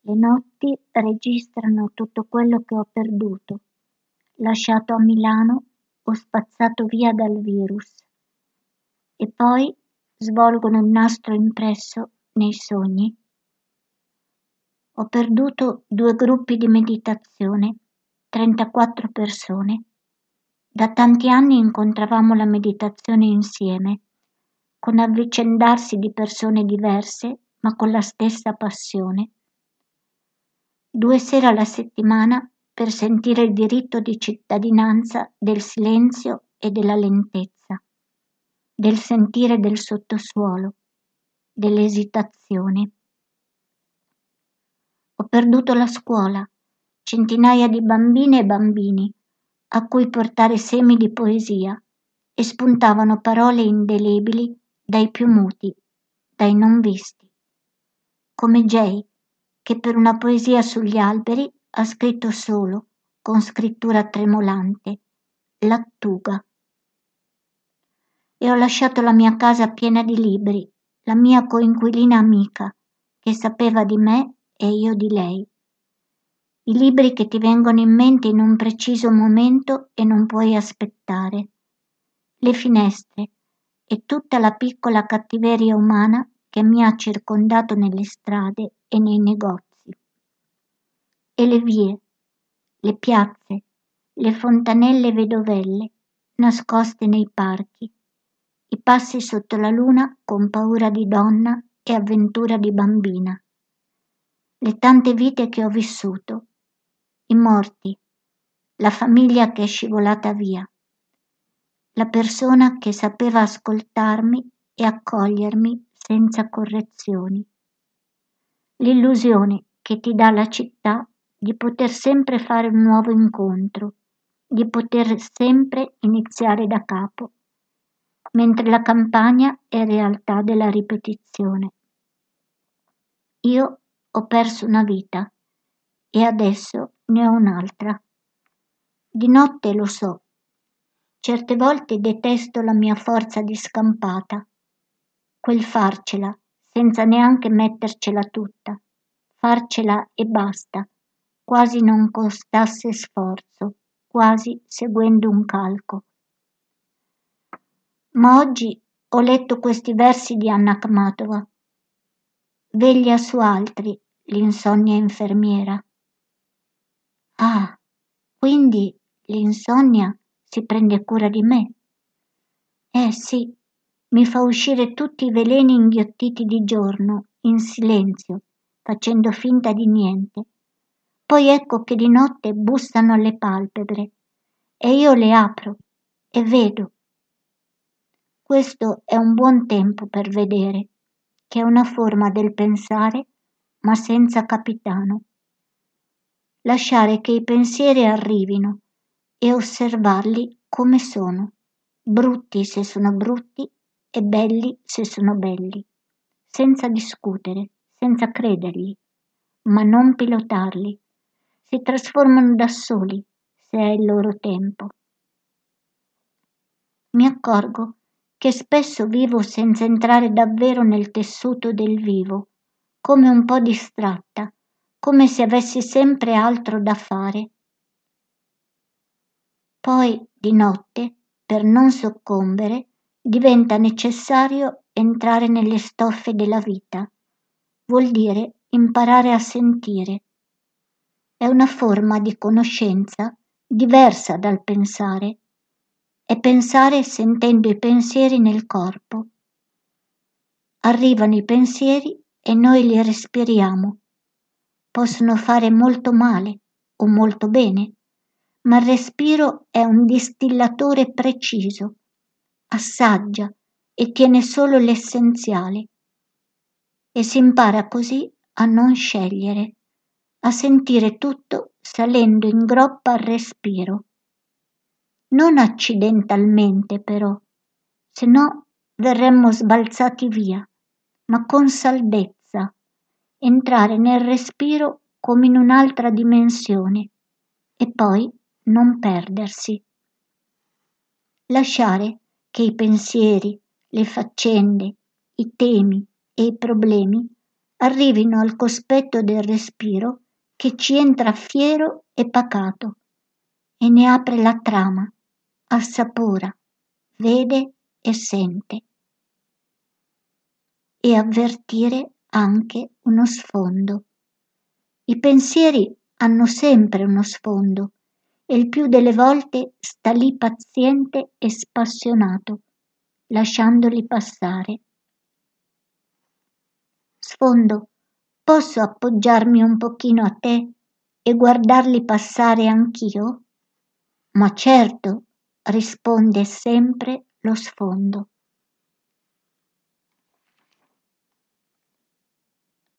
Le notti registrano tutto quello che ho perduto, lasciato a Milano o spazzato via dal virus, e poi svolgono il nastro impresso nei sogni. Ho perduto 2 gruppi di meditazione, 34 persone. Da tanti anni incontravamo la meditazione insieme, con avvicendarsi di persone diverse, ma con la stessa passione. 2 sere alla settimana per sentire il diritto di cittadinanza del silenzio e della lentezza, del sentire del sottosuolo, dell'esitazione. Ho perduto la scuola, centinaia di bambine e bambini a cui portare semi di poesia, e spuntavano parole indelebili dai più muti, dai non visti. Come Jay, che per una poesia sugli alberi ha scritto solo, con scrittura tremolante, Lattuga. E ho lasciato la mia casa piena di libri, la mia coinquilina amica, che sapeva di me e io di lei. I libri che ti vengono in mente in un preciso momento e non puoi aspettare. Le finestre e tutta la piccola cattiveria umana che mi ha circondato nelle strade e nei negozi. E le vie, le piazze, le fontanelle vedovelle, nascoste nei parchi, i passi sotto la luna con paura di donna e avventura di bambina. Le tante vite che ho vissuto, i morti, la famiglia che è scivolata via, la persona che sapeva ascoltarmi e accogliermi senza correzioni, l'illusione che ti dà la città di poter sempre fare un nuovo incontro, di poter sempre iniziare da capo, mentre la campagna è realtà della ripetizione. Io ho perso una vita e adesso ne ho un'altra. Di notte lo so. Certe volte detesto la mia forza di scampata, quel farcela senza neanche mettercela tutta, farcela e basta, quasi non costasse sforzo, quasi seguendo un calco. Ma oggi ho letto questi versi di Anna Akhmatova. Veglia su altri, l'insonnia infermiera. Ah, quindi l'insonnia si prende cura di me? Sì, mi fa uscire tutti i veleni inghiottiti di giorno, in silenzio, facendo finta di niente. Poi ecco che di notte bussano alle palpebre e io le apro e vedo. Questo è un buon tempo per vedere, che è una forma del pensare, ma senza capitano. Lasciare che i pensieri arrivino e osservarli come sono, brutti se sono brutti e belli se sono belli, senza discutere, senza credergli, ma non pilotarli. Si trasformano da soli se è il loro tempo. Mi accorgo che spesso vivo senza entrare davvero nel tessuto del vivo, come un po' distratta, come se avessi sempre altro da fare. Poi, di notte, per non soccombere, diventa necessario entrare nelle stoffe della vita. Vuol dire imparare a sentire. È una forma di conoscenza diversa dal pensare. È pensare sentendo i pensieri nel corpo. Arrivano i pensieri e noi li respiriamo. Possono fare molto male o molto bene, ma il respiro è un distillatore preciso, assaggia e tiene solo l'essenziale. E si impara così a non scegliere, a sentire tutto salendo in groppa al respiro. Non accidentalmente però, se no verremmo sbalzati via, ma con saldezza, entrare nel respiro come in un'altra dimensione e poi non perdersi. Lasciare che i pensieri, le faccende, i temi e i problemi arrivino al cospetto del respiro che ci entra fiero e pacato e ne apre la trama, assapora, vede e sente. E avvertire anche uno sfondo. I pensieri hanno sempre uno sfondo e il più delle volte sta lì paziente e spassionato, lasciandoli passare. Sfondo, posso appoggiarmi un pochino a te e guardarli passare anch'io? Ma certo, risponde sempre lo sfondo.